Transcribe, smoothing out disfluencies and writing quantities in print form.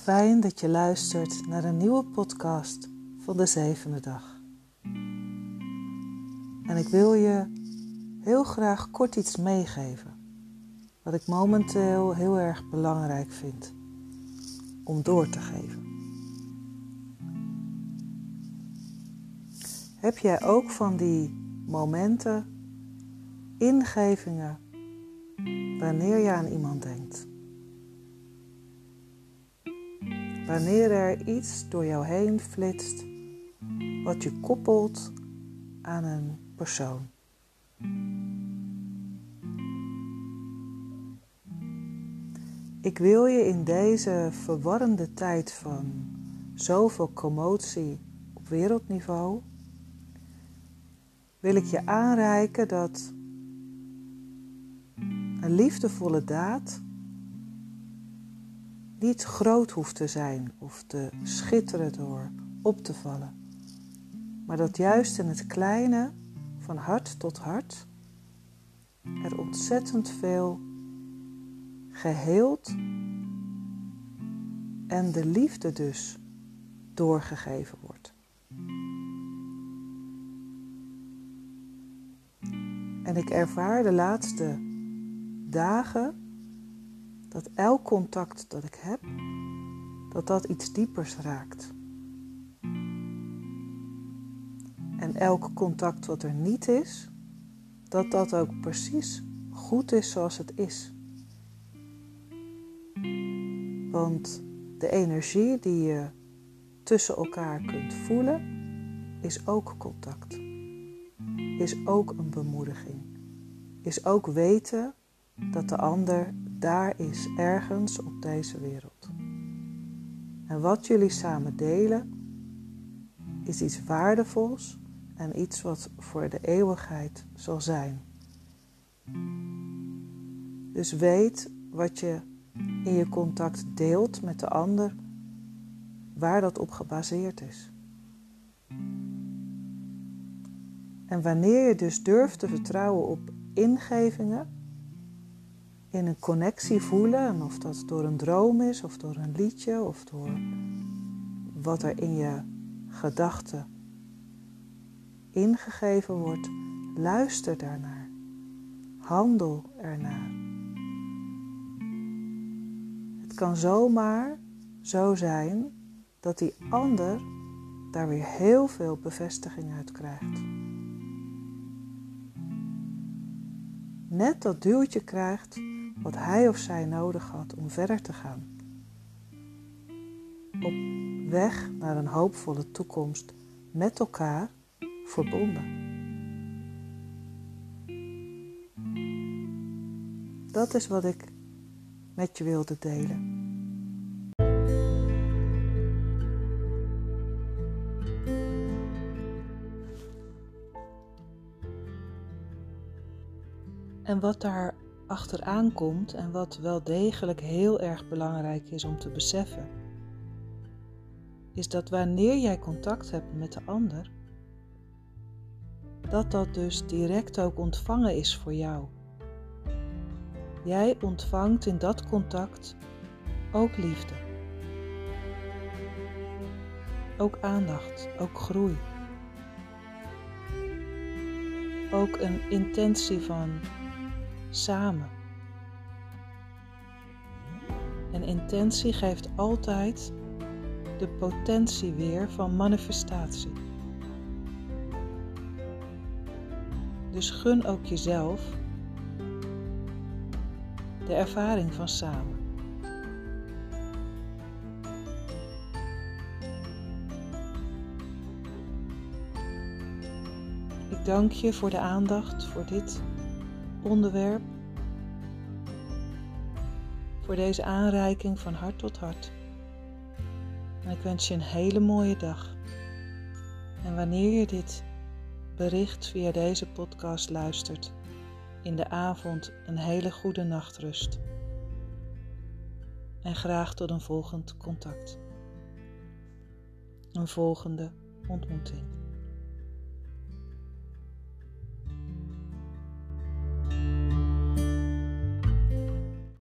Fijn dat je luistert naar een nieuwe podcast van de 7e dag. En ik wil je heel graag kort iets meegeven, wat ik momenteel heel erg belangrijk vind om door te geven. Heb jij ook van die momenten, ingevingen, wanneer je aan iemand denkt? Wanneer er iets door jou heen flitst wat je koppelt aan een persoon. Ik wil je in deze verwarrende tijd van zoveel commotie op wereldniveau, wil ik je aanreiken dat een liefdevolle daad niet groot hoeft te zijn of te schitteren door op te vallen. Maar dat juist in het kleine, van hart tot hart, er ontzettend veel geheeld en de liefde dus doorgegeven wordt. En ik ervaar de laatste dagen dat elk contact dat ik heb, dat iets diepers raakt. En elk contact wat er niet is, dat ook precies goed is zoals het is. Want de energie die je tussen elkaar kunt voelen, is ook contact. Is ook een bemoediging. Is ook weten dat de ander daar is, ergens op deze wereld. En wat jullie samen delen, is iets waardevols en iets wat voor de eeuwigheid zal zijn. Dus weet wat je in je contact deelt met de ander, waar dat op gebaseerd is. En wanneer je dus durft te vertrouwen op ingevingen, in een connectie voelen, en of dat door een droom is, of door een liedje, of door wat er in je gedachten ingegeven wordt, luister daarnaar. Handel ernaar. Het kan zomaar zo zijn dat die ander daar weer heel veel bevestiging uit krijgt. Net dat duwtje krijgt wat hij of zij nodig had om verder te gaan. Op weg naar een hoopvolle toekomst met elkaar verbonden. Dat is wat ik met je wilde delen. En wat daar achteraan komt en wat wel degelijk heel erg belangrijk is om te beseffen, is dat wanneer jij contact hebt met de ander, dat dus direct ook ontvangen is voor jou. Jij ontvangt in dat contact ook liefde, ook aandacht, ook groei, ook een intentie van samen. En intentie geeft altijd de potentie weer van manifestatie. Dus gun ook jezelf de ervaring van samen. Ik dank je voor de aandacht voor dit onderwerp, voor deze aanreiking van hart tot hart. En ik wens je een hele mooie dag. En wanneer je dit bericht via deze podcast luistert, in de avond een hele goede nachtrust. En graag tot een volgend contact. Een volgende ontmoeting.